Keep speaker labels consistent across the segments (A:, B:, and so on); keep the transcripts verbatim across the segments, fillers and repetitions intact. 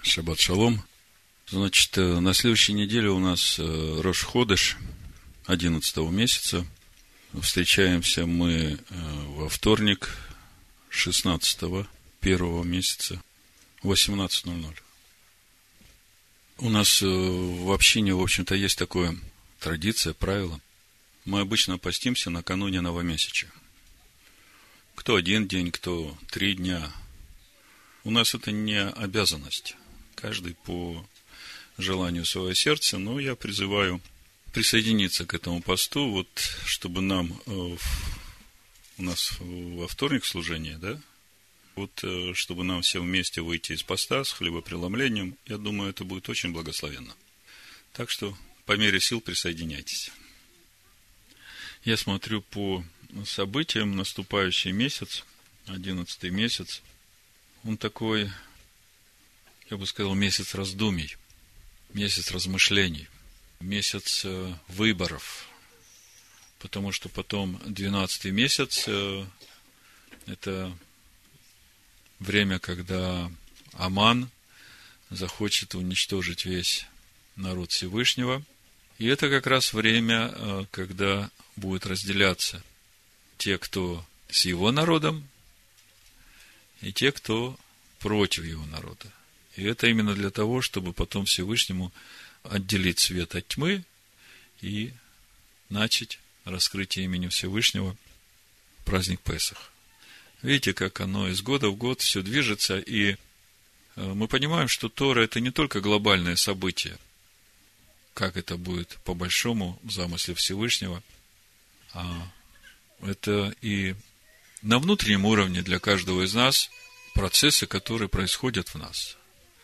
A: Шаббат шалом. Значит, на следующей неделе у нас Рош ходеш одиннадцатого месяца. Встречаемся мы во вторник шестнадцатого первого месяца в восемнадцать ноль ноль. У нас в общине, в общем-то, есть такое традиция, правило. Мы обычно постимся накануне новомесяча. Кто один день, кто три дня. У нас это не обязанность. Каждый по желанию своего сердца, но я призываю присоединиться к этому посту, вот, чтобы нам э, у нас во вторник служение, да, вот, э, чтобы нам все вместе выйти из поста с хлебопреломлением, я думаю, это будет очень благословенно. Так что, по мере сил, присоединяйтесь. Я смотрю по событиям, наступающий месяц, одиннадцатый месяц, он такой, я бы сказал, месяц раздумий, месяц размышлений, месяц выборов, потому что потом двенадцатый месяц – это время, когда Аман захочет уничтожить весь народ Всевышнего, и это как раз время, когда будет разделяться те, кто с его народом, и те, кто против его народа. И это именно для того, чтобы потом Всевышнему отделить свет от тьмы и начать раскрытие имени Всевышнего, праздник Песах. Видите, как оно из года в год все движется, и мы понимаем, что Тора – это не только глобальное событие, как это будет по большому замыслу Всевышнего, а это и на внутреннем уровне для каждого из нас процессы, которые происходят в нас.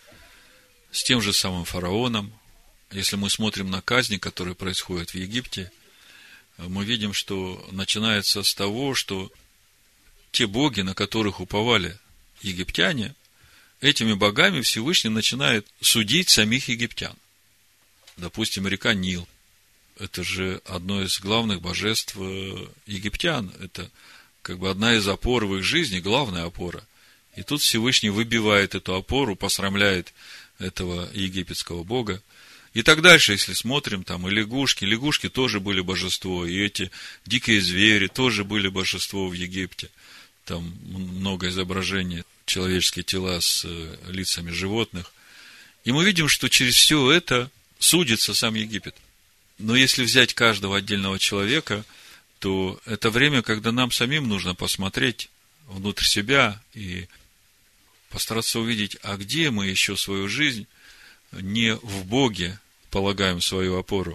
A: С тем же самым фараоном, если мы смотрим на казни, которые происходят в Египте, мы видим, что начинается с того, что те боги, на которых уповали египтяне, этими богами Всевышний начинает судить самих египтян. Допустим, река Нил. Это же одно из главных божеств египтян. Это как бы одна из опор в их жизни, главная опора. И тут Всевышний выбивает эту опору, посрамляет этого египетского бога. И так дальше, если смотрим, там и лягушки. Лягушки тоже были божество, и эти дикие звери тоже были божество в Египте. Там много изображений, человеческие тела с лицами животных. И мы видим, что через все это судится сам Египет. Но если взять каждого отдельного человека, то это время, когда нам самим нужно посмотреть внутрь себя и постараться увидеть, а где мы еще свою жизнь не в Боге полагаем свою опору.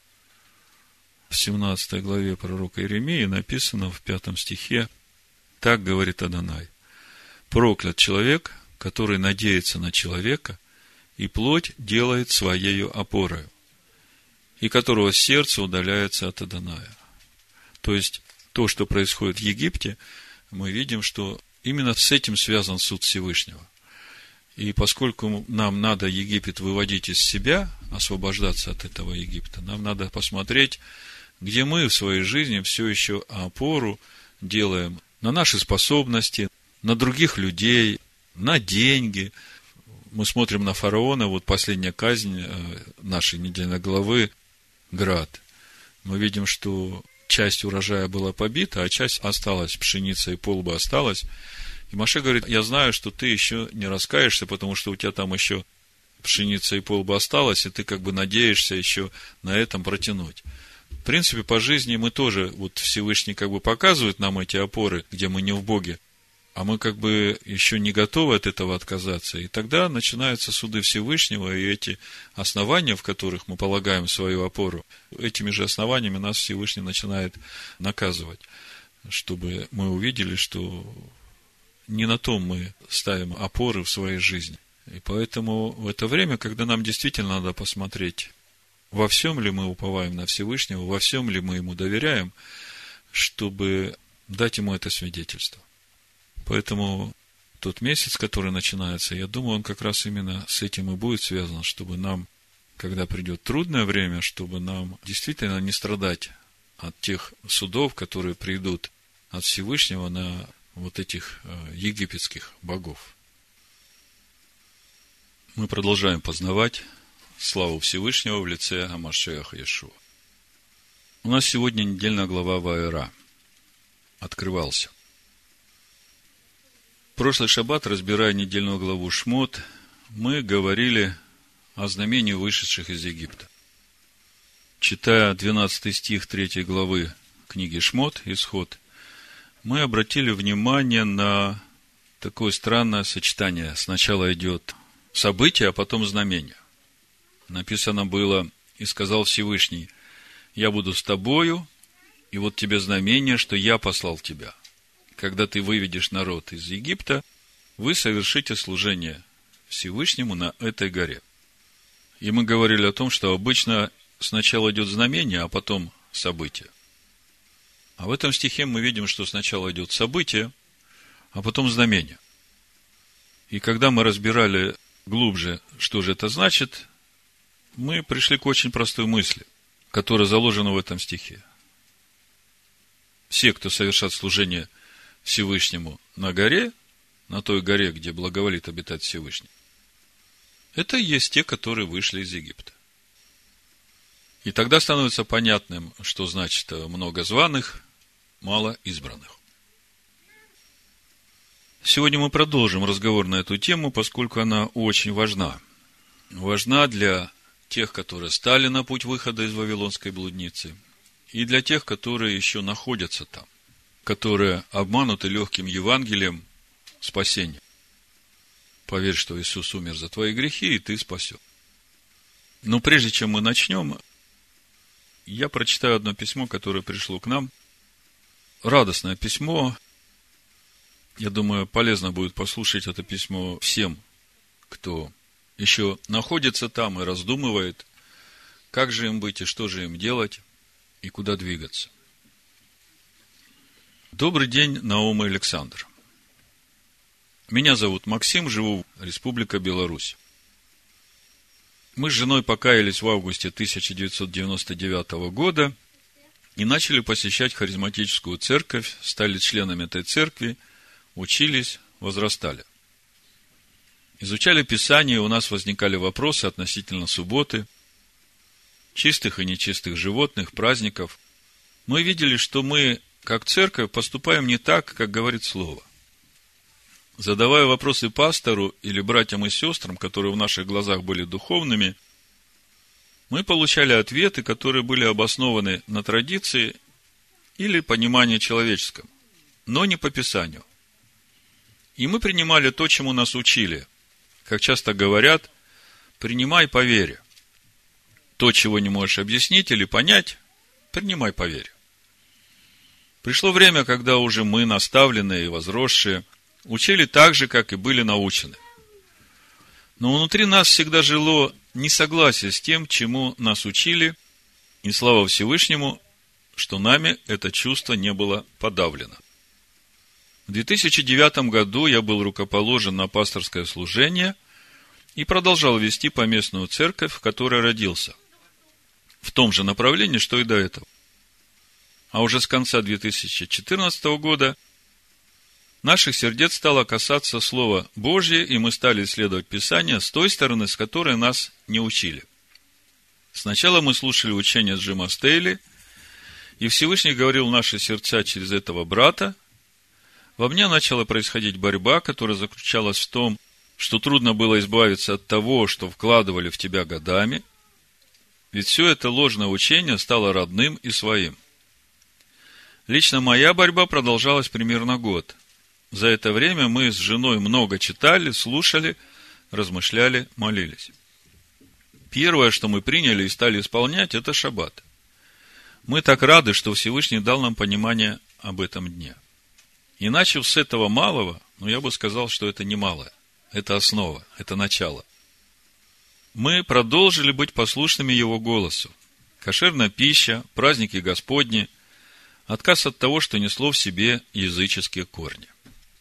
A: В семнадцатой главе пророка Иеремии написано в пятом стихе: так говорит Адонай: проклят человек, который надеется на человека и плоть делает своею опорою, и которого сердце удаляется от Адоная. То есть, то, что происходит в Египте, мы видим, что именно с этим связан суд Всевышнего. И поскольку нам надо Египет выводить из себя, освобождаться от этого Египта, нам надо посмотреть, где мы в своей жизни все еще опору делаем на наши способности, на других людей, на деньги. Мы смотрим на фараона, вот последняя казнь нашей недельной главы, Град. Мы видим, что часть урожая была побита, а часть осталась, пшеница и полба осталась. И Моше говорит: я знаю, что ты еще не раскаешься, потому что у тебя там еще пшеница и полба осталась, и ты как бы надеешься еще на этом протянуть. В принципе, по жизни мы тоже, вот Всевышний как бы показывает нам эти опоры, где мы не в Боге, а мы как бы еще не готовы от этого отказаться. И тогда начинаются суды Всевышнего, и эти основания, в которых мы полагаем свою опору, этими же основаниями нас Всевышний начинает наказывать, чтобы мы увидели, что не на том мы ставим опоры в своей жизни. И поэтому в это время, когда нам действительно надо посмотреть, во всем ли мы уповаем на Всевышнего, во всем ли мы ему доверяем, чтобы дать ему это свидетельство. Поэтому тот месяц, который начинается, я думаю, он как раз именно с этим и будет связан, чтобы нам, когда придет трудное время, чтобы нам действительно не страдать от тех судов, которые придут от Всевышнего на вот этих египетских богов. Мы продолжаем познавать славу Всевышнего в лице ха-Машиаха Иешуа. У нас сегодня недельная глава Ваэра. Открывался. В прошлый шаббат, разбирая недельную главу Шмот, мы говорили о знамении вышедших из Египта. Читая двенадцатый стих третьей главы книги Шмот, Исход, мы обратили внимание на такое странное сочетание. Сначала идет событие, а потом знамение. Написано было: «И сказал Всевышний: я буду с тобою, и вот тебе знамение, что я послал тебя. Когда ты выведешь народ из Египта, вы совершите служение Всевышнему на этой горе». И мы говорили о том, что обычно сначала идет знамение, а потом событие. А в этом стихе мы видим, что сначала идет событие, а потом знамение. И когда мы разбирали глубже, что же это значит, мы пришли к очень простой мысли, которая заложена в этом стихе. Все, кто совершат служение Всевышнему на горе, на той горе, где благоволит обитать Всевышний, это и есть те, которые вышли из Египта. И тогда становится понятным, что значит много званых, мало избранных. Сегодня мы продолжим разговор на эту тему, поскольку она очень важна. Важна для тех, которые стали на путь выхода из Вавилонской блудницы, и для тех, которые еще находятся там, которые обмануты легким Евангелием спасения. Поверь, что Иисус умер за твои грехи, и ты спасен. Но прежде чем мы начнем, я прочитаю одно письмо, которое пришло к нам. Радостное письмо. Я думаю, полезно будет послушать это письмо всем, кто еще находится там и раздумывает, как же им быть и что же им делать, и куда двигаться. Добрый день, Наум и Александр. Меня зовут Максим, живу в Республике Беларусь. Мы с женой покаялись в августе тысяча девятьсот девяносто девятого года и начали посещать харизматическую церковь, стали членами этой церкви, учились, возрастали. Изучали Писание, у нас возникали вопросы относительно субботы, чистых и нечистых животных, праздников. Мы видели, что мы, как церковь, поступаем не так, как говорит Слово. Задавая вопросы пастору или братьям и сестрам, которые в наших глазах были духовными, мы получали ответы, которые были обоснованы на традиции или понимании человеческом, но не по Писанию. И мы принимали то, чему нас учили. Как часто говорят, принимай по вере. То, чего не можешь объяснить или понять, принимай по вере. Пришло время, когда уже мы, наставленные и возросшие, учили так же, как и были научены. Но внутри нас всегда жило несогласие с тем, чему нас учили, и слава Всевышнему, что нами это чувство не было подавлено. В две тысячи девятом году я был рукоположен на пасторское служение и продолжал вести поместную церковь, в которой родился, в том же направлении, что и до этого. А уже с конца две тысячи четырнадцатого года наших сердец стало касаться Слова Божье, и мы стали исследовать Писание с той стороны, с которой нас не учили. Сначала мы слушали учение Джима Стейли, и Всевышний говорил в наши сердца через этого брата. Во мне начала происходить борьба, которая заключалась в том, что трудно было избавиться от того, что вкладывали в тебя годами, ведь все это ложное учение стало родным и своим. Лично моя борьба продолжалась примерно год. За это время мы с женой много читали, слушали, размышляли, молились. Первое, что мы приняли и стали исполнять, это шаббат. Мы так рады, что Всевышний дал нам понимание об этом дне. И начав с этого малого, но я бы сказал, что это не малое, это основа, это начало. Мы продолжили быть послушными Его голосу. Кошерная пища, праздники Господни, отказ от того, что несло в себе языческие корни.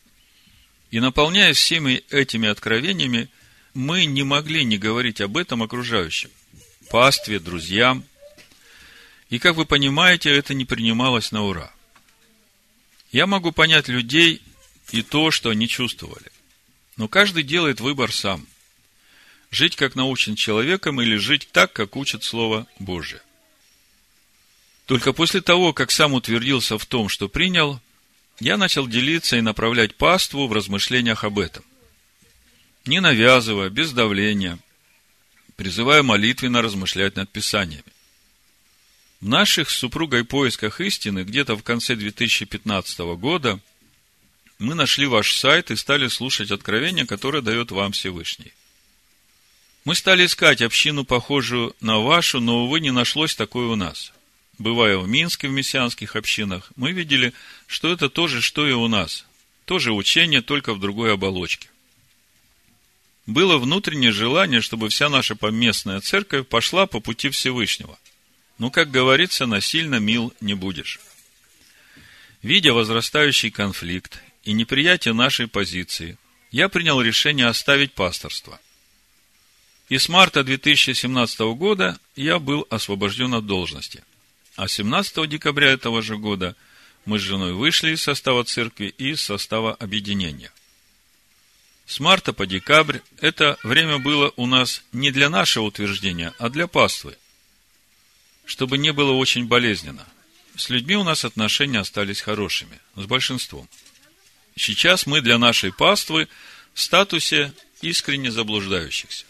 A: И наполняясь всеми этими откровениями, мы не могли не говорить об этом окружающим, пастве, друзьям. И, как вы понимаете, это не принималось на ура. Я могу понять людей и то, что они чувствовали. Но каждый делает выбор сам. жить как научен человеком или жить так, как учит Слово Божие. Только после того, как сам утвердился в том, что принял, я начал делиться и направлять паству в размышлениях об этом. Не навязывая, без давления, призывая молитвенно размышлять над Писаниями. В наших с супругой поисках истины где-то в конце две тысячи пятнадцатого года мы нашли ваш сайт и стали слушать откровения, которые дает вам Всевышний. Мы стали искать общину, похожую на вашу, но, увы, не нашлось такой у нас. Бывая в Минске в мессианских общинах, мы видели, что это то же, что и у нас. То же учение, только в другой оболочке. Было внутреннее желание, чтобы вся наша поместная церковь пошла по пути Всевышнего. Но, как говорится, насильно мил не будешь. Видя возрастающий конфликт и неприятие нашей позиции, я принял решение оставить пасторство. И с марта две тысячи семнадцатого года я был освобожден от должности. А семнадцатого декабря этого же года мы с женой вышли из состава церкви и из состава объединения. С марта по декабрь это время было у нас не для нашего утверждения, а для паствы, чтобы не было очень болезненно. С людьми у нас отношения остались хорошими, с большинством. Сейчас мы для нашей паствы в статусе искренне заблуждающихся.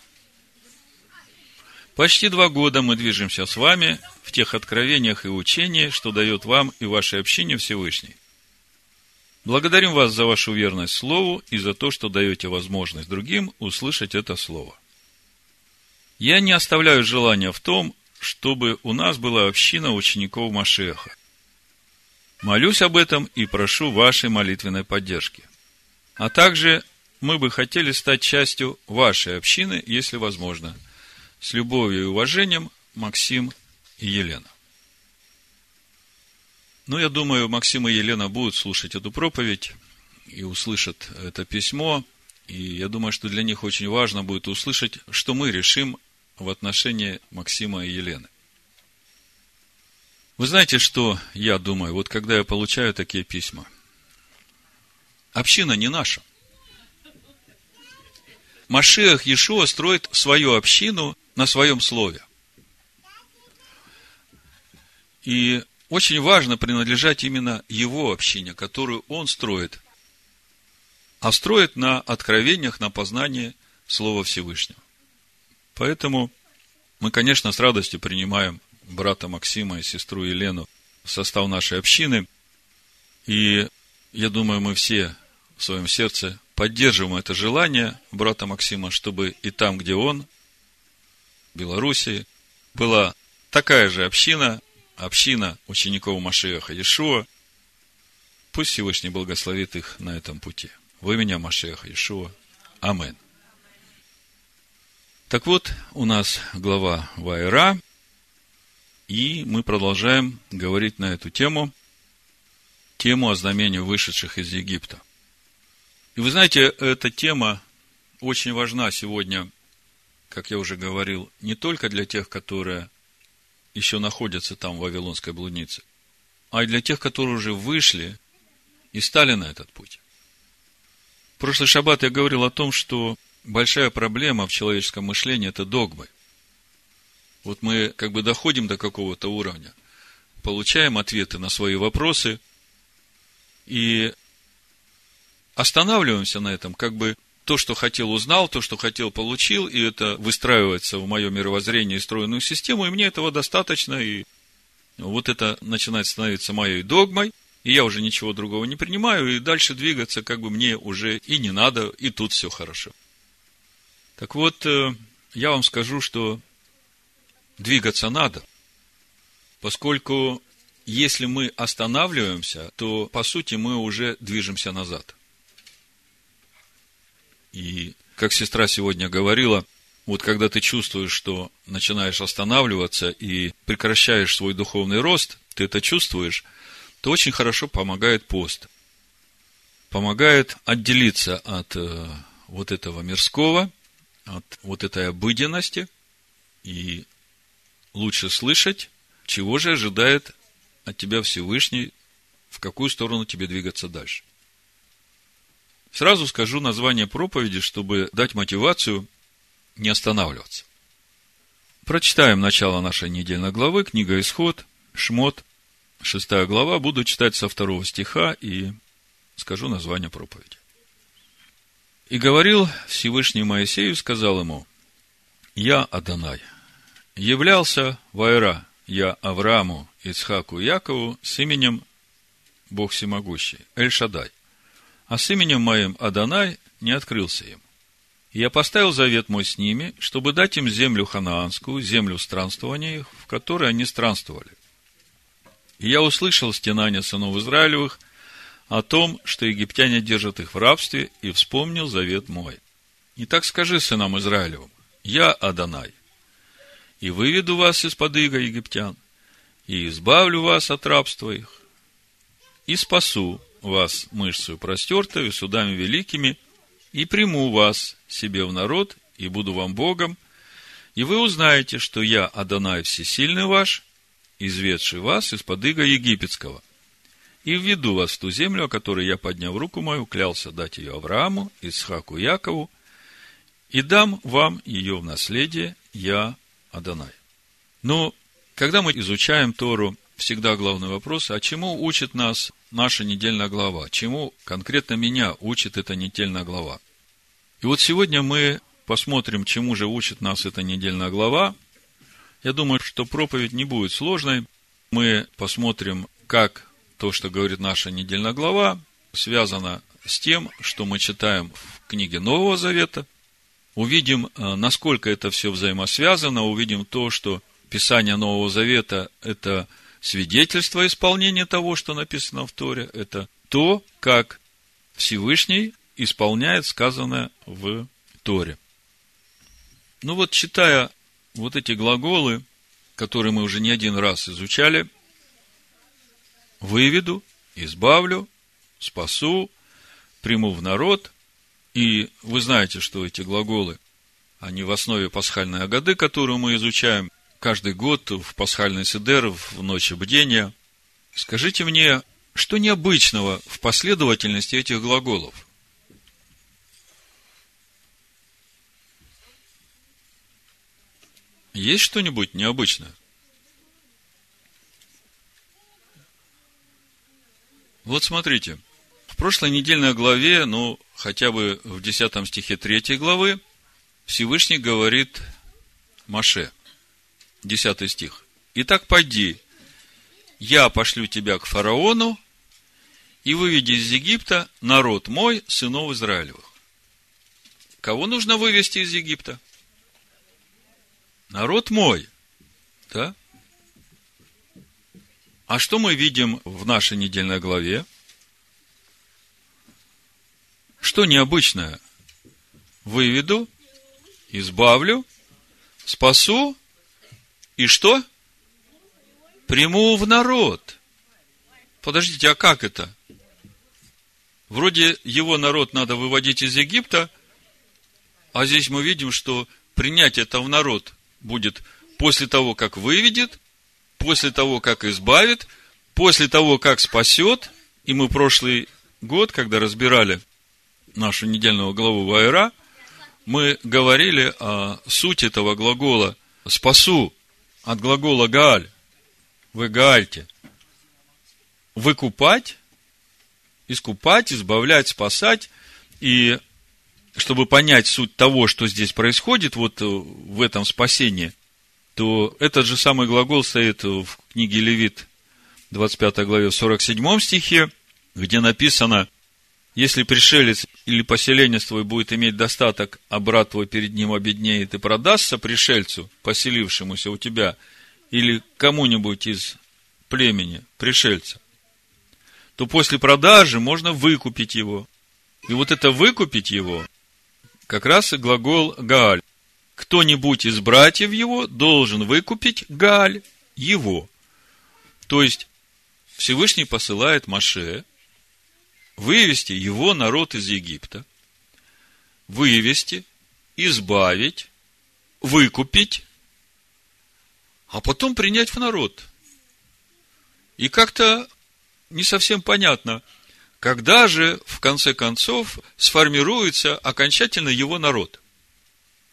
A: Почти два года мы движемся с вами в тех откровениях и учениях, что дает вам и вашей общине Всевышний. Благодарим вас за вашу верность Слову и за то, что даете возможность другим услышать это Слово. Я не оставляю желания в том, чтобы у нас была община учеников Машиаха. Молюсь об этом и прошу вашей молитвенной поддержки. А также мы бы хотели стать частью вашей общины, если возможно. С любовью и уважением, Максим и Елена. Ну, я думаю, Максим и Елена будут слушать эту проповедь и услышат это письмо. И я думаю, что для них очень важно будет услышать, что мы решим в отношении Максима и Елены. Вы знаете, что я думаю, вот когда я получаю такие письма? Община не наша. Машиах Иешуа строит свою общину на своем слове. И очень важно принадлежать именно его общине, которую он строит. А строит на откровениях, на познании Слова Всевышнего. Поэтому мы, конечно, с радостью принимаем брата Максима и сестру Елену в состав нашей общины. И я думаю, мы все в своем сердце поддерживаем это желание брата Максима, чтобы и там, где он, в Белоруссии, была такая же община, община учеников Машиаха Иешуа. Пусть Всевышний благословит их на этом пути. Во имя Машиаха Иешуа. Амин. Так вот, у нас глава Ваера, и мы продолжаем говорить на эту тему, тему о знамении вышедших из Египта. И вы знаете, эта тема очень важна сегодня, как я уже говорил, не только для тех, которые еще находятся там, в Вавилонской блуднице, а и для тех, которые уже вышли и стали на этот путь. В прошлый шаббат я говорил о том, что большая проблема в человеческом мышлении – это догмы. Вот мы как бы доходим до какого-то уровня, получаем ответы на свои вопросы и останавливаемся на этом, как бы то, что хотел, узнал, то, что хотел, получил, и это выстраивается в мое мировоззрение и стройную систему, и мне этого достаточно, и вот это начинает становиться моей догмой, и я уже ничего другого не принимаю, и дальше двигаться как бы мне уже и не надо, и тут все хорошо. Так вот, я вам скажу, что двигаться надо, поскольку если мы останавливаемся, то, по сути, мы уже движемся назад. И, как сестра сегодня говорила, вот когда ты чувствуешь, что начинаешь останавливаться и прекращаешь свой духовный рост, ты это чувствуешь, то очень хорошо помогает пост. Помогает отделиться от э, вот этого мирского, от вот этой обыденности и лучше слышать, чего же ожидает от тебя Всевышний, в какую сторону тебе двигаться дальше. Сразу скажу название проповеди, чтобы дать мотивацию не останавливаться. Прочитаем начало нашей недельной главы, книга Исход, Шмот, шестая глава. Буду читать со второго стиха и скажу название проповеди. «И говорил Всевышний Моисею, сказал ему: Я Адонай, являлся ваэра я Аврааму, Ицхаку и Якову с именем Бог Всемогущий, Эль-Шадай, а с именем моим Адонай не открылся им. И я поставил завет мой с ними, чтобы дать им землю ханаанскую, землю странствования их, в которой они странствовали. И я услышал стенания сынов Израилевых о том, что египтяне держат их в рабстве, и вспомнил завет мой. Итак, скажи сынам Израилевым: Я Адонай, и выведу вас из-под ига египтян, и избавлю вас от рабства их, и спасу вас мышцею простертою, судами великими, и приму вас себе в народ, и буду вам Богом, и вы узнаете, что я Адонай всесильный ваш, изведший вас из-под ига египетского, и введу вас в ту землю, о которой я, подняв руку мою, клялся дать ее Аврааму, Ицхаку и Якову, и дам вам ее в наследие, я Адонай». Но, когда мы изучаем Тору, всегда главный вопрос: а чему учит нас наша недельная глава? Чему конкретно меня учит эта недельная глава? И вот сегодня мы посмотрим, чему же учит нас эта недельная глава. Я думаю, что проповедь не будет сложной. Мы посмотрим, как то, что говорит наша недельная глава, связано с тем, что мы читаем в книге Нового Завета. Увидим, насколько это все взаимосвязано, увидим то, что Писание Нового Завета – это свидетельство исполнения того, что написано в Торе, это то, как Всевышний исполняет сказанное в Торе. Ну вот, читая вот эти глаголы, которые мы уже не один раз изучали: выведу, избавлю, спасу, приму в народ. И вы знаете, что эти глаголы, они в основе пасхальной агады, которую мы изучаем каждый год в пасхальный седер, в ночь бдения. Скажите мне, что необычного в последовательности этих глаголов? Есть что-нибудь необычное? Вот смотрите, в прошлой недельной главе, ну, хотя бы в десятом стихе третьей главы, Всевышний говорит Моше, десятый стих: «Итак, пойди, я пошлю тебя к фараону, и выведи из Египта народ мой, сынов Израилевых». Кого нужно вывести из Египта? Народ мой, да? А что мы видим в нашей недельной главе? Что необычное? Выведу, избавлю, спасу и что? Приму в народ. Подождите, а как это? Вроде его народ надо выводить из Египта, а здесь мы видим, что принять это в народ будет после того, как выведет, после того, как избавит, после того, как спасет. И мы прошлый год, когда разбирали нашу недельную главу Ваэра, мы говорили о сути этого глагола «спасу», от глагола «гааль», «вы гаальте», «выкупать», «искупать», «избавлять», «спасать». И чтобы понять суть того, что здесь происходит, вот в этом спасении, то этот же самый глагол стоит в книге Левит, двадцать пятой главе, сорок седьмом стихе, где написано: «Если пришелец или поселенец твой будет иметь достаток, а брат твой перед ним обеднеет и продастся пришельцу, поселившемуся у тебя, или кому-нибудь из племени пришельца, то после продажи можно выкупить его». И вот это «выкупить его» как раз и глагол «гааль». Кто-нибудь из братьев его должен выкупить гааль его. То есть Всевышний посылает Моше вывести его народ из Египта, вывести, избавить, выкупить, а потом принять в народ. И как-то не совсем понятно, когда же, в конце концов, сформируется окончательно его народ.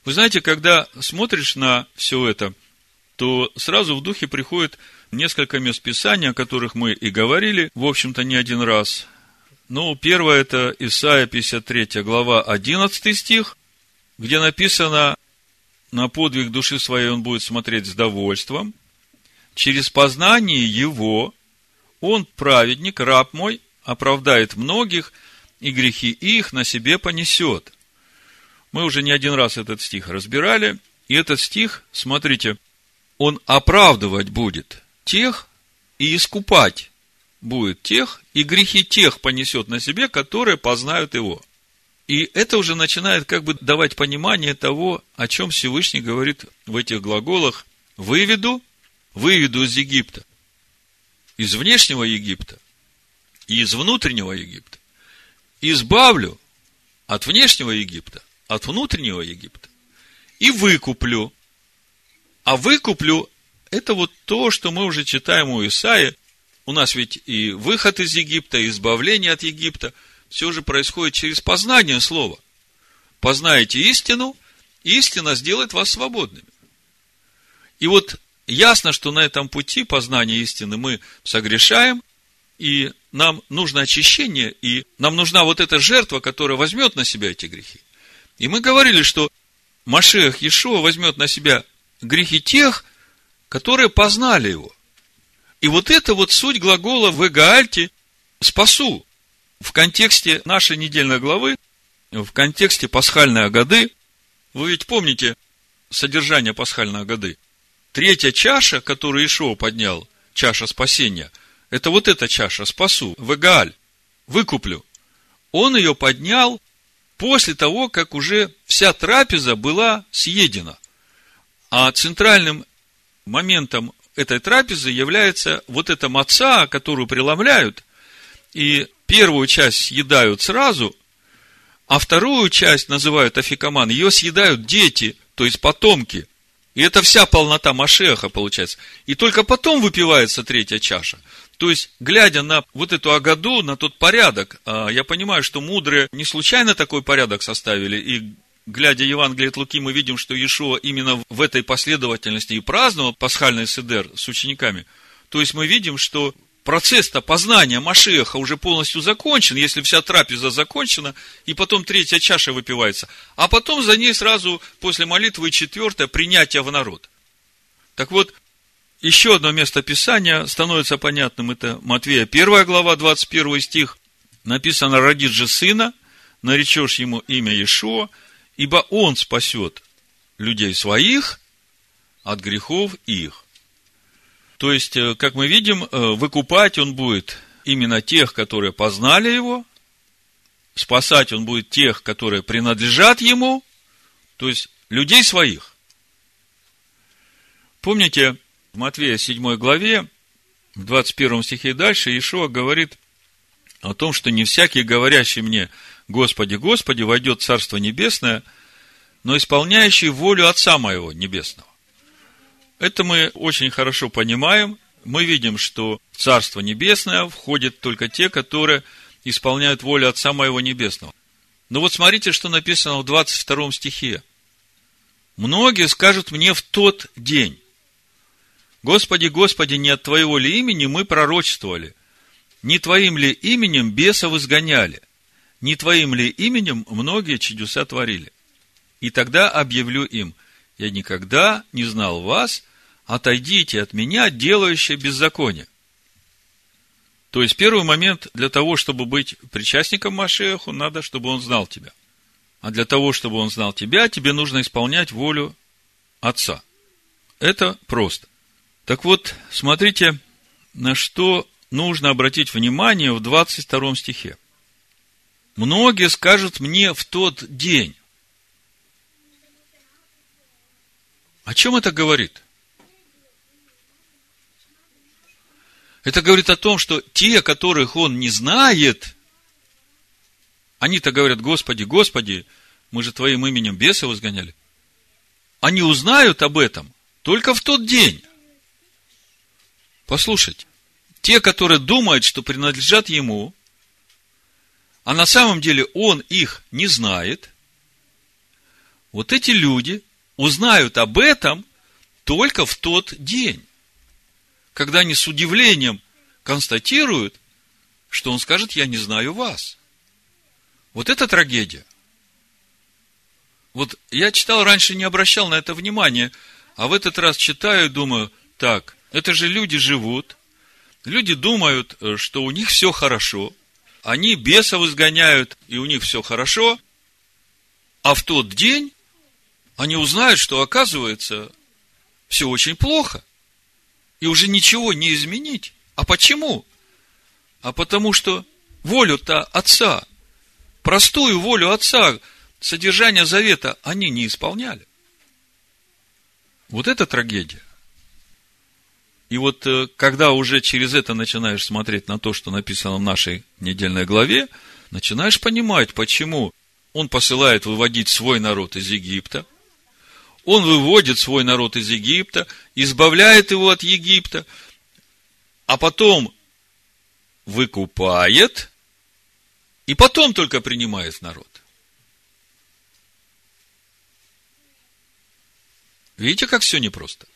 A: Вы знаете, когда смотришь на все это, то сразу в духе приходит несколько мест Писания, о которых мы и говорили, в общем-то, не один раз. Ну, первое, это Исайя пятьдесят третья глава, одиннадцатый стих, где написано: «На подвиг души своей он будет смотреть с довольством, через познание его он, праведник, раб мой, оправдает многих, и грехи их на себе понесет». Мы уже не один раз этот стих разбирали, и этот стих, смотрите, он оправдывать будет тех и искупать будет тех, и грехи тех понесет на себе, которые познают его. И это уже начинает как бы давать понимание того, о чем Всевышний говорит в этих глаголах: «Выведу, выведу из Египта», из внешнего Египта и из внутреннего Египта, избавлю от внешнего Египта, от внутреннего Египта, и выкуплю. А выкуплю – это вот то, что мы уже читаем у Исаии. У нас ведь и выход из Египта, и избавление от Египта все же происходит через познание слова. Познаете истину, и истина сделает вас свободными. И вот ясно, что на этом пути познания истины мы согрешаем, и нам нужно очищение, и нам нужна вот эта жертва, которая возьмет на себя эти грехи. И мы говорили, что Машиах Иешуа возьмет на себя грехи тех, которые познали его. И вот это вот суть глагола «вегаальти» – «спасу». В контексте нашей недельной главы, в контексте пасхальной агады, вы ведь помните содержание пасхальной агады. Третья чаша, которую Иешуа поднял, чаша спасения, это вот эта чаша «спасу», «вегааль», «выкуплю». Он ее поднял после того, как уже вся трапеза была съедена. А центральным моментом этой трапезы является вот эта маца, которую преломляют, и первую часть съедают сразу, а вторую часть называют афикаман, ее съедают дети, то есть потомки. И это вся полнота Машиаха получается. И только потом выпивается третья чаша. То есть, глядя на вот эту агаду, на тот порядок, я понимаю, что мудрые не случайно такой порядок составили, и глядя Евангелие от Луки, мы видим, что Иешуа именно в этой последовательности и праздновал пасхальный седер с учениками. То есть, мы видим, что процесс-то познания Машиаха уже полностью закончен, если вся трапеза закончена, и потом третья чаша выпивается, а потом за ней сразу после молитвы четвертое принятие в народ. Так вот, еще одно место Писания становится понятным, это Матвея первая глава, двадцать первый стих, написано: «Родит же сына, наречешь ему имя Иешуа, ибо он спасет людей своих от грехов их». То есть, как мы видим, выкупать он будет именно тех, которые познали его, спасать он будет тех, которые принадлежат ему, то есть людей своих. Помните, в Матвея седьмой главе, в двадцать первом стихе и дальше, Иешуа говорит о том, что не всякий, говорящий мне: «Господи, Господи», войдет в Царство Небесное, но исполняющий волю Отца моего Небесного. Это мы очень хорошо понимаем. Мы видим, что в Царство Небесное входят только те, которые исполняют волю Отца моего Небесного. Но вот смотрите, что написано в двадцать втором стихе. «Многие скажут мне в тот день: Господи, Господи, не от Твоего ли имени мы пророчествовали? Не Твоим ли именем бесов изгоняли? Не Твоим ли именем многие чудеса творили? И тогда объявлю им: я никогда не знал вас, отойдите от меня, делающие беззаконие». То есть, первый момент, для того, чтобы быть причастником Машиаху, надо, чтобы он знал тебя. А для того, чтобы он знал тебя, тебе нужно исполнять волю Отца. Это просто. Так вот, смотрите, на что нужно обратить внимание в двадцать втором стихе. «Многие скажут мне в тот день». О чем это говорит? Это говорит о том, что те, которых он не знает, они-то говорят: Господи, Господи, мы же Твоим именем бесов изгоняли. Они узнают об этом только в тот день. Послушайте, те, которые думают, что принадлежат ему, а на самом деле он их не знает, Вот эти люди узнают об этом только в тот день, когда они с удивлением констатируют, что он скажет: я не знаю вас. Вот это трагедия. Вот я читал раньше, не обращал на это внимания, а в этот раз читаю и думаю: так, это же люди живут, люди думают, что у них все хорошо, они бесов изгоняют, и у них все хорошо, а в тот день они узнают, что, оказывается, все очень плохо, и уже ничего не изменить. А почему? А потому что волю-то Отца, простую волю Отца, содержание завета, они не исполняли. Вот это трагедия. И вот когда уже через это начинаешь смотреть на то, что написано в нашей недельной главе, начинаешь понимать, почему он посылает выводить свой народ из Египта. Он выводит свой народ из Египта, избавляет его от Египта, а потом выкупает, и потом только принимает народ. Видите, как все непросто?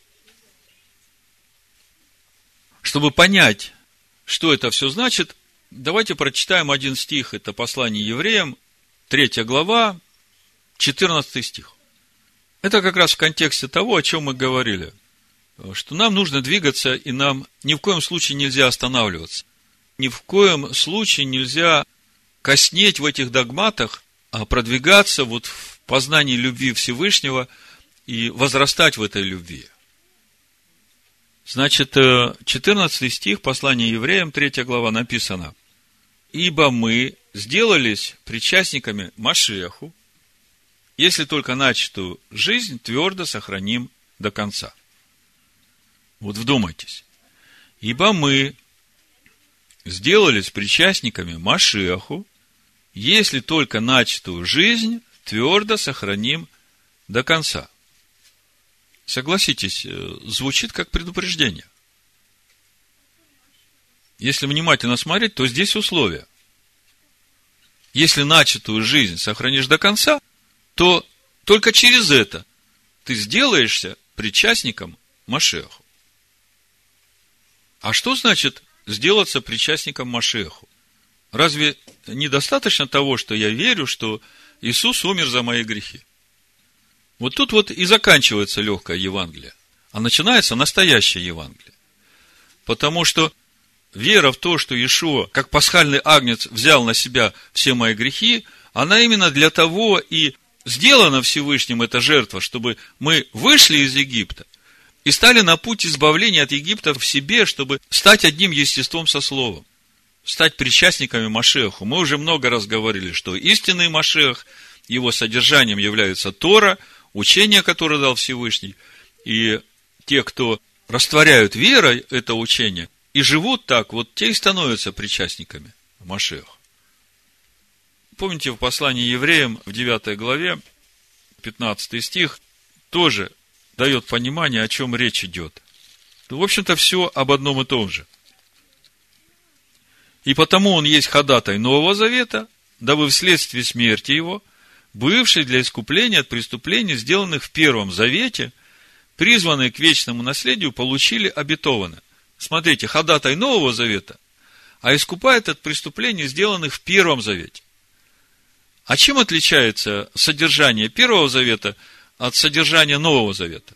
A: Чтобы понять, что это все значит, давайте прочитаем один стих. Это послание евреям, третья глава, четырнадцатый стих. Это как раз в контексте того, о чем мы говорили, что нам нужно двигаться, и нам ни в коем случае нельзя останавливаться. Ни в коем случае нельзя коснеть в этих догматах, а продвигаться вот в познании любви Всевышнего и возрастать в этой любви. Значит, четырнадцатый стих, послание евреям, третья глава, написано: «Ибо мы сделались причастниками Машиаху, если только начатую жизнь твердо сохраним до конца». Вот вдумайтесь. «Ибо мы сделались причастниками Машиаху, если только начатую жизнь твердо сохраним до конца». Согласитесь, звучит как предупреждение. Если внимательно смотреть, то здесь условия. Если начатую жизнь сохранишь до конца, то только через это ты сделаешься причастником Машиаху. А что значит сделаться причастником Машиаху? Разве недостаточно того, что я верю, что Иисус умер за мои грехи? Вот тут вот и заканчивается легкое Евангелие, а начинается настоящее Евангелие. Потому что вера в то, что Иешуа, как пасхальный агнец, взял на себя все мои грехи, она именно для того и сделана Всевышним, эта жертва, чтобы мы вышли из Египта и стали на путь избавления от Египта в себе, чтобы стать одним естеством со Словом, стать причастниками Машиаху. Мы уже много раз говорили, что истинный Машиах, его содержанием является Тора, учение, которое дал Всевышний, и те, кто растворяют верой это учение и живут так, вот те и становятся причастниками Машиаха. Помните, в послании евреям в девятой главе, пятнадцатый стих, тоже дает понимание, о чем речь идет. В общем-то, все об одном и том же. «И потому он есть ходатай Нового Завета, дабы вследствие смерти его, бывший для искупления от преступлений, сделанных в Первом Завете, призванные к вечному наследию, получили обетованное». Смотрите, ходатай Нового Завета, а искупает от преступлений, сделанных в Первом Завете. А чем отличается содержание Первого Завета от содержания Нового Завета?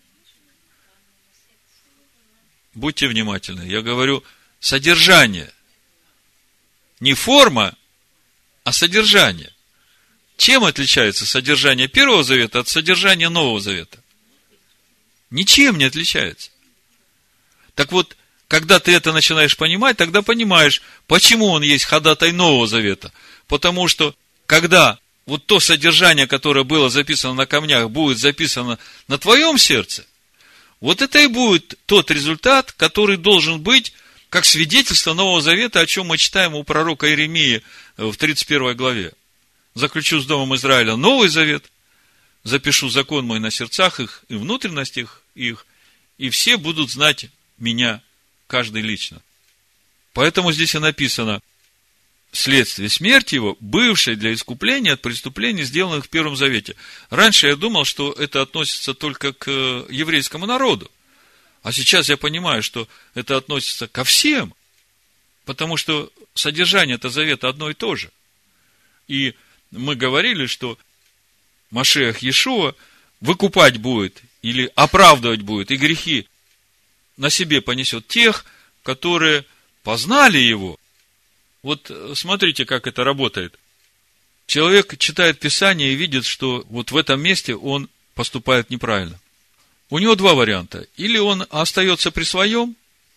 A: Будьте внимательны. Я говорю, содержание. Не форма, а содержание. Чем отличается содержание Первого Завета от содержания Нового Завета? Ничем не отличается. Так вот, когда ты это начинаешь понимать, тогда понимаешь, почему он есть ходатай Нового Завета. Потому что, когда вот то содержание, которое было записано на камнях, будет записано на твоем сердце, вот это и будет тот результат, который должен быть как свидетельство Нового Завета, о чем мы читаем у пророка Иеремии в тридцать первой главе. «Заключу с домом Израиля Новый Завет, запишу закон мой на сердцах их и внутренностях их, и все будут знать меня, каждый лично». Поэтому здесь и написано: следствие смерти его, бывшей для искупления от преступлений, сделанных в Первом Завете. Раньше я думал, что это относится только к еврейскому народу. А сейчас я понимаю, что это относится ко всем, потому что содержание этого завета одно и то же. И мы говорили, что Машиах Иешуа выкупать будет или оправдывать будет, и грехи на себе понесет тех, которые познали его. Вот смотрите, как это работает. Человек читает Писание и видит, что вот в этом месте он поступает неправильно. У него два варианта. Или он остается при своем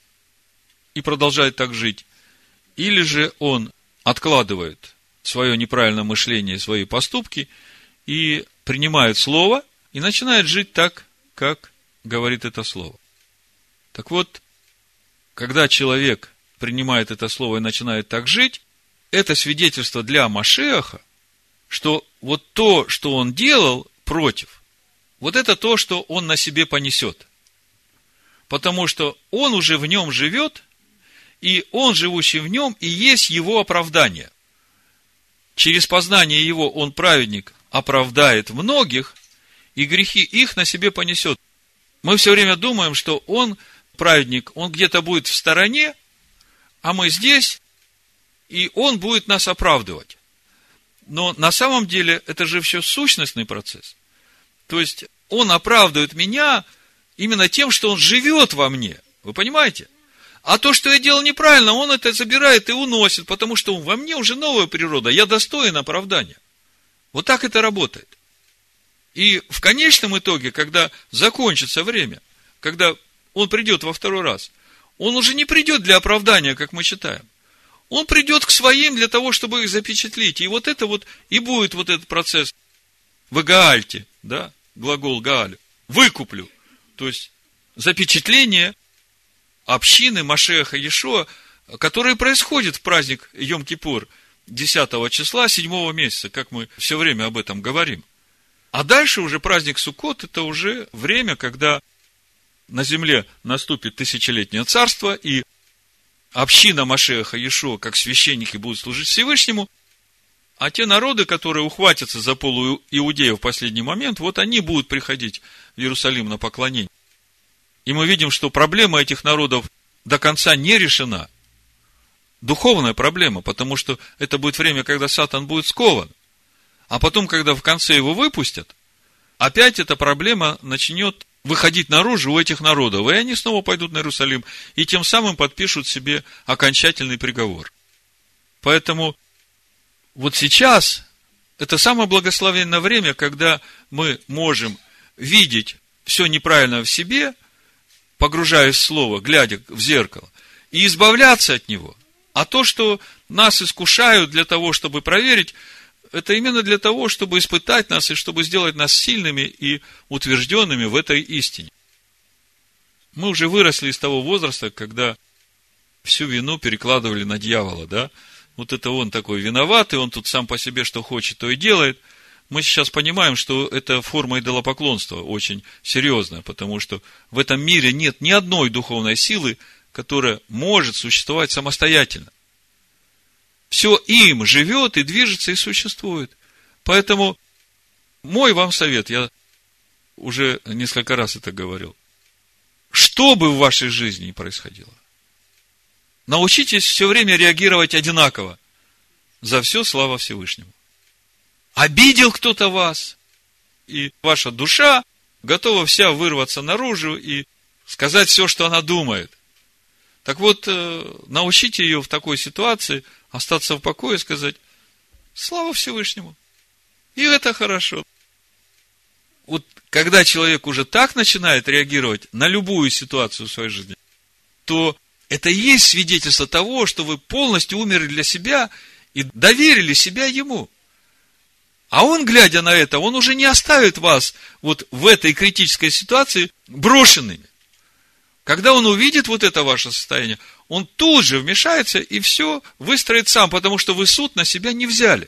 A: и продолжает так жить, или же он откладывает свое неправильное мышление, свои поступки и принимает слово и начинает жить так, как говорит это слово. Так вот, когда человек принимает это слово и начинает так жить, это свидетельство для Машиаха, что вот то, что он делал против, вот это то, что он на себе понесет. Потому что он уже в нем живет, и он, живущий в нем, и есть его оправдание. Через познание его он, праведник, оправдает многих, и грехи их на себе понесет. Мы все время думаем, что он, праведник, он где-то будет в стороне, а мы здесь, и он будет нас оправдывать. Но на самом деле это же все сущностный процесс. То есть он оправдывает меня именно тем, что он живет во мне. Вы понимаете? А то, что я делал неправильно, он это забирает и уносит, потому что во мне уже новая природа, я достоин оправдания. Вот так это работает. И в конечном итоге, когда закончится время, когда он придет во второй раз, он уже не придет для оправдания, как мы читаем. Он придет к своим для того, чтобы их запечатлить. И вот это вот, и будет вот этот процесс «выгаальте», да, глагол «гаалю», «выкуплю». То есть, запечатление общины Машиаха Иешуа, которое происходит в праздник Йом-Кипур десятого числа седьмого месяца, как мы все время об этом говорим. А дальше уже праздник Суккот, это уже время, когда на земле наступит тысячелетнее царство, и община Машиаха Иешуа, как священники, будут служить Всевышнему, а те народы, которые ухватятся за полу Иудея в последний момент, вот они будут приходить в Иерусалим на поклонение. И мы видим, что проблема этих народов до конца не решена. Духовная проблема, потому что это будет время, когда Сатан будет скован. А потом, когда в конце его выпустят, опять эта проблема начнет выходить наружу у этих народов, и они снова пойдут на Иерусалим, и тем самым подпишут себе окончательный приговор. Поэтому вот сейчас это самое благословенное время, когда мы можем видеть все неправильное в себе, погружаясь в Слово, глядя в зеркало, и избавляться от него. А то, что нас искушают для того, чтобы проверить, это именно для того, чтобы испытать нас и чтобы сделать нас сильными и утвержденными в этой истине. Мы уже выросли из того возраста, когда всю вину перекладывали на дьявола, да? Вот это он такой виноватый, он тут сам по себе что хочет, то и делает. Мы сейчас понимаем, что это форма идолопоклонства очень серьезная, потому что в этом мире нет ни одной духовной силы, которая может существовать самостоятельно. Все им живет и движется и существует. Поэтому мой вам совет, я уже несколько раз это говорил, что бы в вашей жизни ни происходило, научитесь все время реагировать одинаково. За все слава Всевышнему. Обидел кто-то вас, и ваша душа готова вся вырваться наружу и сказать все, что она думает. Так вот, научите ее в такой ситуации остаться в покое и сказать: слава Всевышнему. И это хорошо. Вот когда человек уже так начинает реагировать на любую ситуацию в своей жизни, то это и есть свидетельство того, что вы полностью умерли для себя и доверили себя ему. А он, глядя на это, он уже не оставит вас вот в этой критической ситуации брошенными. Когда он увидит вот это ваше состояние, он тут же вмешается и все выстроит сам, потому что вы суд на себя не взяли.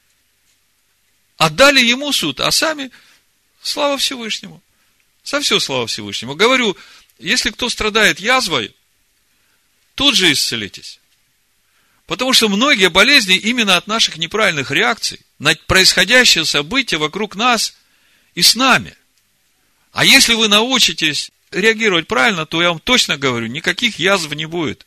A: Отдали ему суд, а сами слава Всевышнему. За все слава Всевышнему. Говорю, если кто страдает язвой, тут же исцелитесь.
B: Потому что многие болезни именно от наших неправильных реакций на происходящее событие вокруг нас и с нами. А если вы научитесь реагировать правильно, то я вам точно говорю, никаких язв не будет.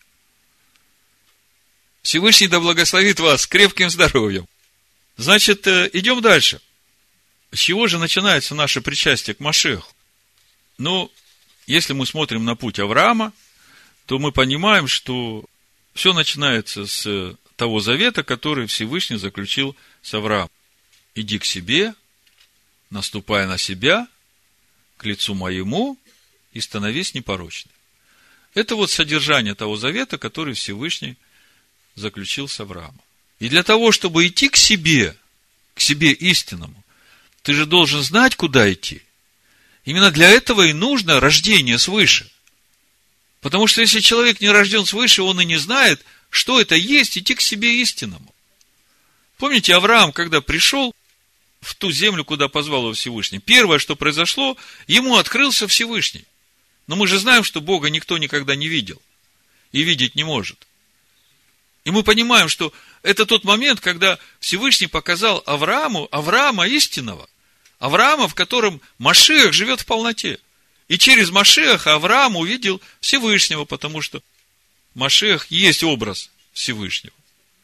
B: Всевышний да благословит вас крепким здоровьем. Значит, идем дальше. С чего же начинается наше причастие к Машиаху? Ну, если мы смотрим на путь Авраама, то мы понимаем, что все начинается с того завета, который Всевышний заключил с Авраамом. Иди к себе, наступая на себя, к лицу моему, и становись непорочным. Это вот содержание того завета, который Всевышний заключил с Авраамом. И для того, чтобы идти к себе, к себе истинному, ты же должен знать, куда идти. Именно для этого и нужно рождение свыше. Потому что если человек не рожден свыше, он и не знает, что это есть идти к себе истинному. Помните, Авраам, когда пришел в ту землю, куда позвал его Всевышний, первое, что произошло, ему открылся Всевышний. Но мы же знаем, что Бога никто никогда не видел и видеть не может. И мы понимаем, что это тот момент, когда Всевышний показал Аврааму, Авраама истинного, Авраама, в котором Машиах живет в полноте. И через Машиаха Авраам увидел Всевышнего, потому что Машиах есть образ Всевышнего.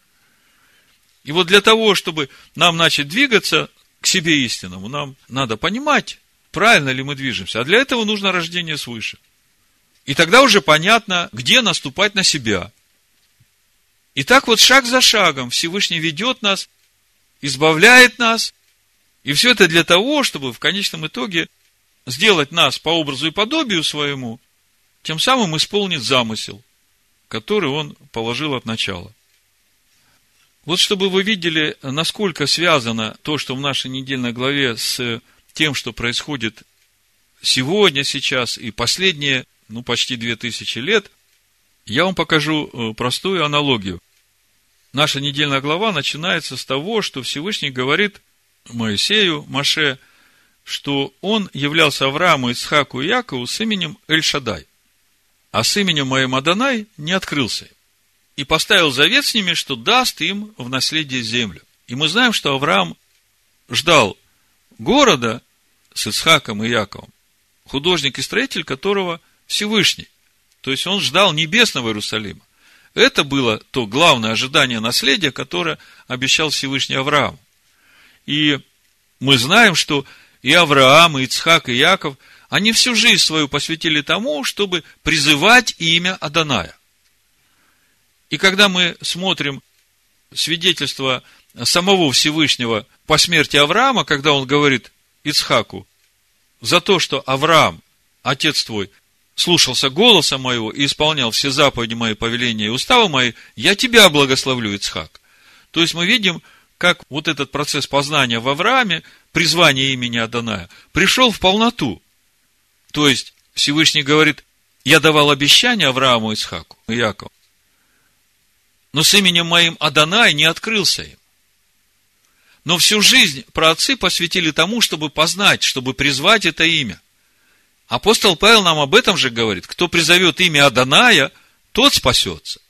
B: И вот для того, чтобы нам начать двигаться к себе истинному, нам надо понимать, правильно ли мы движемся. А для этого нужно рождение свыше. И тогда уже понятно, где наступать на себя. И так вот шаг за шагом Всевышний ведет нас, избавляет нас. И все это для того, чтобы в конечном итоге сделать нас по образу и подобию своему, тем самым исполнить замысел, который он положил от начала. Вот чтобы вы видели, насколько связано то, что в нашей недельной главе, с тем, что происходит сегодня, сейчас и последние, ну, почти две тысячи лет, я вам покажу простую аналогию. Наша недельная глава начинается с того, что Всевышний говорит Моисею, Моше, что он являлся Аврааму, Ицхаку и Якову с именем Эль-Шадай, а с именем моим Адонай не открылся им. И поставил завет с ними, что даст им в наследие землю. И мы знаем, что Авраам ждал города с Ицхаком и Яковом, художник и строитель которого Всевышний. То есть он ждал небесного Иерусалима. Это было то главное ожидание наследия, которое обещал Всевышний Аврааму. И мы знаем, что и Авраам, и Ицхак, и Яков, они всю жизнь свою посвятили тому, чтобы призывать имя Адоная. И когда мы смотрим свидетельство самого Всевышнего по смерти Авраама, когда он говорит Ицхаку, за то, что Авраам, отец твой, слушался голоса моего и исполнял все заповеди мои, повеления и уставы мои, я тебя благословлю, Ицхак. То есть мы видим, как вот этот процесс познания в Аврааме, призвание имени Адоная, пришел в полноту. То есть Всевышний говорит, я давал обещание Аврааму, Ицхаку и Якову, но с именем моим Адонай не открылся им. Но всю жизнь праотцы посвятили тому, чтобы познать, чтобы призвать это имя. Апостол Павел нам об этом же говорит. Кто призовет имя Адоная, тот спасется.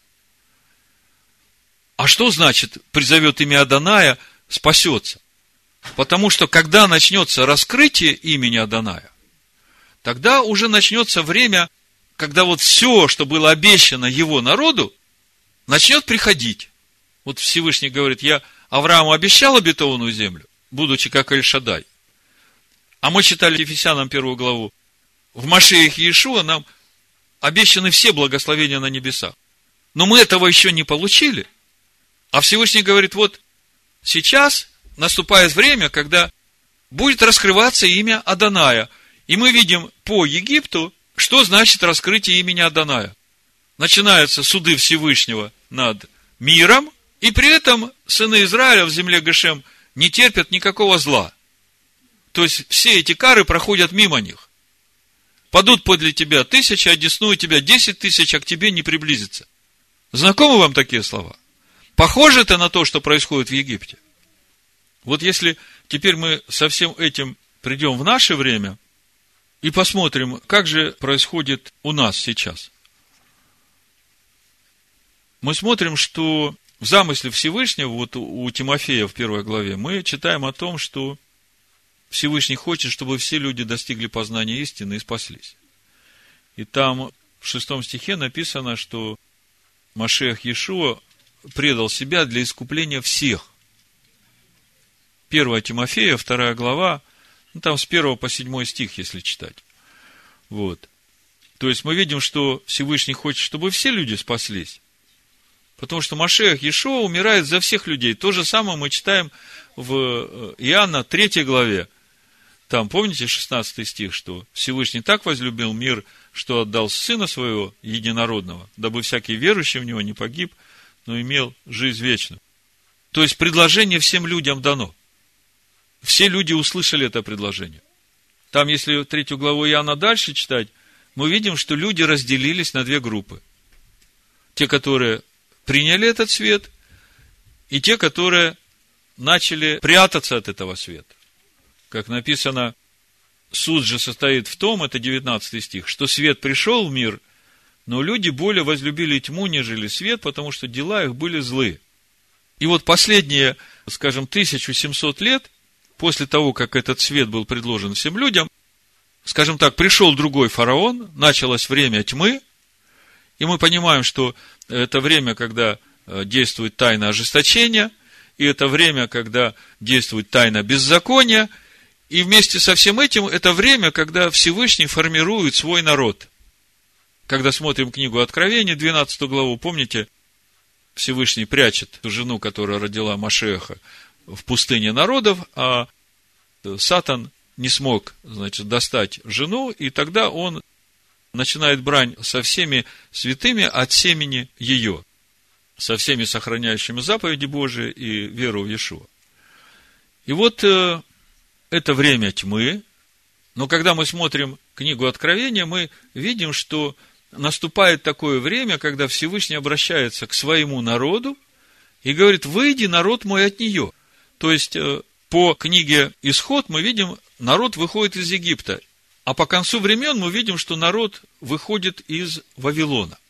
B: А что значит призовет имя Адоная, спасется? Потому что когда начнется раскрытие имени Адоная, тогда уже начнется время, когда вот все, что было обещано его народу, начнет приходить. Вот Всевышний говорит, я Аврааму обещал обетованную землю, будучи как Эль-Шадай. А мы читали Ефесянам первую главу. В Машиахе Иешуа нам обещаны все благословения на небесах. Но мы этого еще не получили. А Всевышний говорит, вот сейчас наступает время, когда будет раскрываться имя Адоная. И мы видим по Египту, что значит раскрытие имени Адоная. Начинаются суды Всевышнего над миром, и при этом сыны Израиля в земле Гошем не терпят никакого зла. То есть все эти кары проходят мимо них. Падут подле тебя тысячи, одесную тебя десять тысяч, а к тебе не приблизится. Знакомы вам такие слова? Похоже это на то, что происходит в Египте? Вот если теперь мы со всем этим придем в наше время и посмотрим, как же происходит у нас сейчас. Мы смотрим, что в замысле Всевышнего, вот у Тимофея в первой главе, мы читаем о том, что Всевышний хочет, чтобы все люди достигли познания истины и спаслись. И там в шестом стихе написано, что Машиах Иешуа предал себя для искупления всех. первое Тимофея, вторая глава, ну, там с первого по седьмой стих, если читать. Вот. То есть мы видим, что Всевышний хочет, чтобы все люди спаслись. Потому что Машиах Иешуа умирает за всех людей. То же самое мы читаем в Иоанна третьей главе. Там, помните, шестнадцатый стих, что Всевышний так возлюбил мир, что отдал Сына Своего Единородного, дабы всякий верующий в Него не погиб, но имел жизнь вечную. То есть предложение всем людям дано. Все люди услышали это предложение. Там, если третью главу Иоанна дальше читать, мы видим, что люди разделились на две группы. Те, которые приняли этот свет, и те, которые начали прятаться от этого света. Как написано, суд же состоит в том, это девятнадцатый стих, что свет пришел в мир, но люди более возлюбили тьму, нежели свет, потому что дела их были злые. И вот последние, скажем, тысяча семьсот лет, после того, как этот свет был предложен всем людям, скажем так, пришел другой фараон, началось время тьмы, и мы понимаем, что это время, когда действует тайна ожесточения, и это время, когда действует тайна беззакония, и вместе со всем этим это время, когда Всевышний формирует свой народ. Когда смотрим книгу Откровения, двенадцатую главу, помните, Всевышний прячет ту жену, которая родила Машиаха, в пустыне народов, а Сатан не смог, значит, достать жену, и тогда он начинает брань со всеми святыми от семени ее, со всеми сохраняющими заповеди Божии и веру в Иешуа. И вот э, это время тьмы, но когда мы смотрим книгу Откровения, мы видим, что наступает такое время, когда Всевышний обращается к своему народу и говорит: выйди, народ мой, от нее. То есть, э, по книге Исход мы видим, народ выходит из Египта, а по концу времен мы видим, что народ выходит из Вавилона.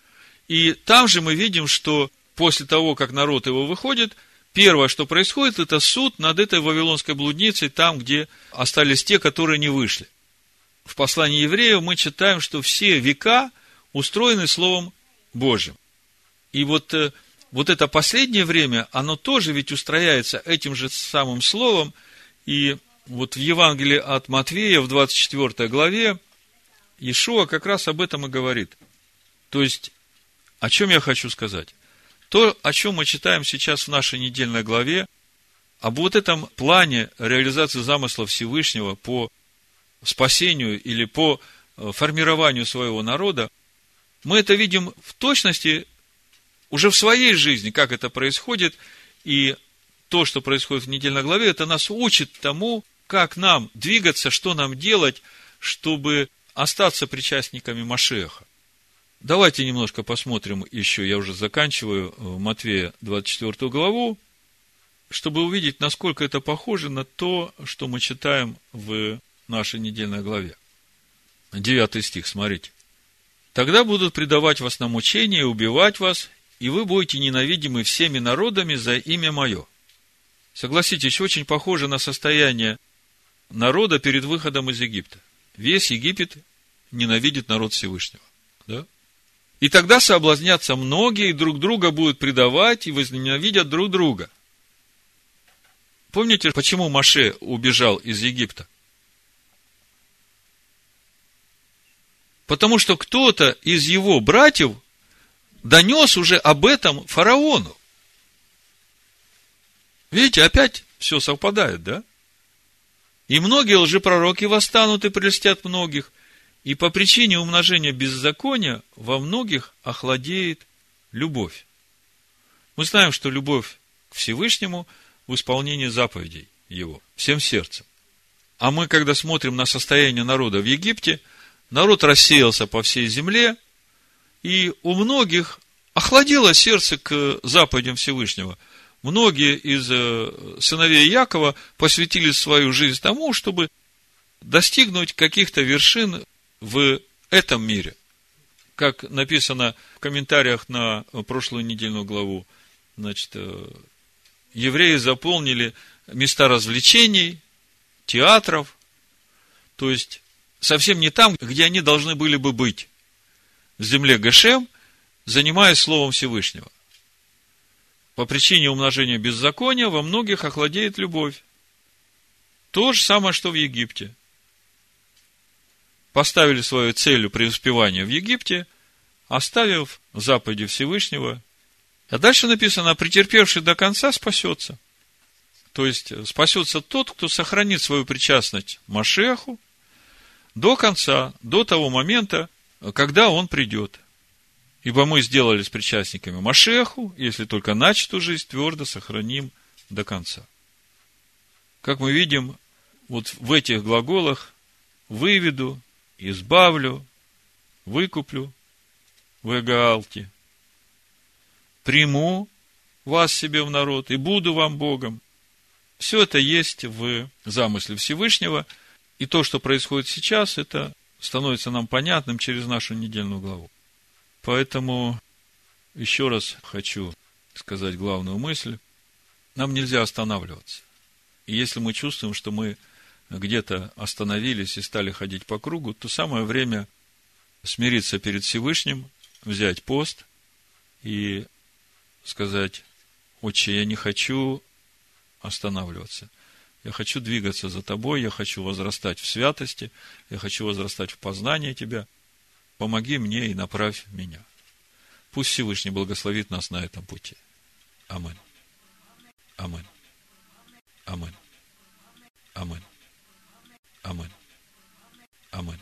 B: И там же мы видим, что после того, как народ его выходит, первое, что происходит, это суд над этой вавилонской блудницей, там, где остались те, которые не вышли. В послании евреев мы читаем, что все века устроены Словом Божьим. И вот, вот это последнее время, оно тоже ведь устрояется этим же самым Словом. И вот в Евангелии от Матфея, в двадцать четвёртой главе, Иешуа как раз об этом и говорит. То есть, о чем я хочу сказать? То, о чем мы читаем сейчас в нашей недельной главе, об вот этом плане реализации замысла Всевышнего по спасению или по формированию своего народа, мы это видим в точности уже в своей жизни, как это происходит, и то, что происходит в недельной главе, это нас учит тому, как нам двигаться, что нам делать, чтобы остаться причастниками Машиаха. Давайте немножко посмотрим еще, я уже заканчиваю, Матфея двадцать четвёртую главу, чтобы увидеть, насколько это похоже на то, что мы читаем в нашей недельной главе. Девятый стих, смотрите. «Тогда будут предавать вас на мучение и убивать вас, и вы будете ненавидимы всеми народами за имя мое». Согласитесь, очень похоже на состояние народа перед выходом из Египта. Весь Египет ненавидит народ Всевышнего. Да? И тогда соблазнятся многие, и друг друга будут предавать, и возненавидят друг друга. Помните, почему Моше убежал из Египта? Потому что кто-то из его братьев донес уже об этом фараону. Видите, опять все совпадает, да? И многие лжепророки восстанут и прельстят многих, и по причине умножения беззакония во многих охладеет любовь. Мы знаем, что любовь к Всевышнему в исполнении заповедей его, всем сердцем. А мы, когда смотрим на состояние народа в Египте, народ рассеялся по всей земле, и у многих охладело сердце к заповедям Всевышнего. Многие из сыновей Якова посвятили свою жизнь тому, чтобы достигнуть каких-то вершин в этом мире. Как написано в комментариях на прошлую недельную главу, Значит, евреи заполнили места развлечений, театров, то есть совсем не там, где они должны были бы быть, в земле Гошем, занимаясь Словом Всевышнего. По причине умножения беззакония во многих охладеет любовь. То же самое, что в Египте. Поставили свою целью преуспевания в Египте, оставив заповеди Всевышнего. А дальше написано: претерпевший до конца спасется. То есть, спасется тот, кто сохранит свою причастность Машиаху до конца, до того момента, когда он придет. Ибо мы сделались причастниками Машиаху, если только начатую жизнь твердо сохраним до конца. Как мы видим, вот в этих глаголах выведу, избавлю, выкуплю, выгаалти, приму вас себе в народ и буду вам Богом. Все это есть в замысле Всевышнего, и то, что происходит сейчас, это становится нам понятным через нашу недельную главу. Поэтому еще раз хочу сказать главную мысль. Нам нельзя останавливаться. И если мы чувствуем, что мы где-то остановились и стали ходить по кругу, то самое время смириться перед Всевышним, взять пост и сказать: Отче, я не хочу останавливаться. Я хочу двигаться за Тобой, я хочу возрастать в святости, я хочу возрастать в познании Тебя. Помоги мне и направь меня. Пусть Всевышний благословит нас на этом пути. Аминь. Аминь. Аминь. Аминь. Аминь. Аминь.